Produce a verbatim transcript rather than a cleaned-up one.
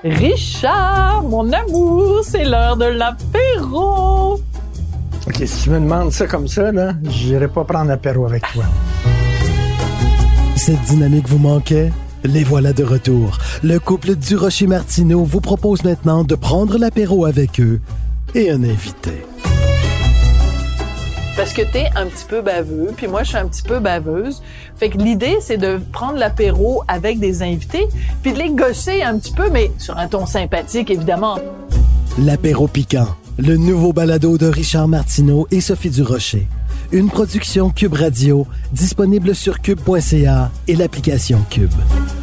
Richard, mon amour, c'est l'heure de l'apéro. OK, si tu me demandes ça comme ça, là, j'irai pas prendre l'apéro avec toi. Cette dynamique vous manquait? Les voilà de retour. Le couple Durocher-Martineau vous propose maintenant de prendre l'apéro avec eux et un invité. Parce que t'es un petit peu baveux, puis moi, je suis un petit peu baveuse. Fait que l'idée, c'est de prendre l'apéro avec des invités, puis de les gosser un petit peu, mais sur un ton sympathique, évidemment. L'apéro piquant, le nouveau balado de Richard Martineau et Sophie Durocher. Une production Cube Radio, disponible sur cube point c a et l'application Cube.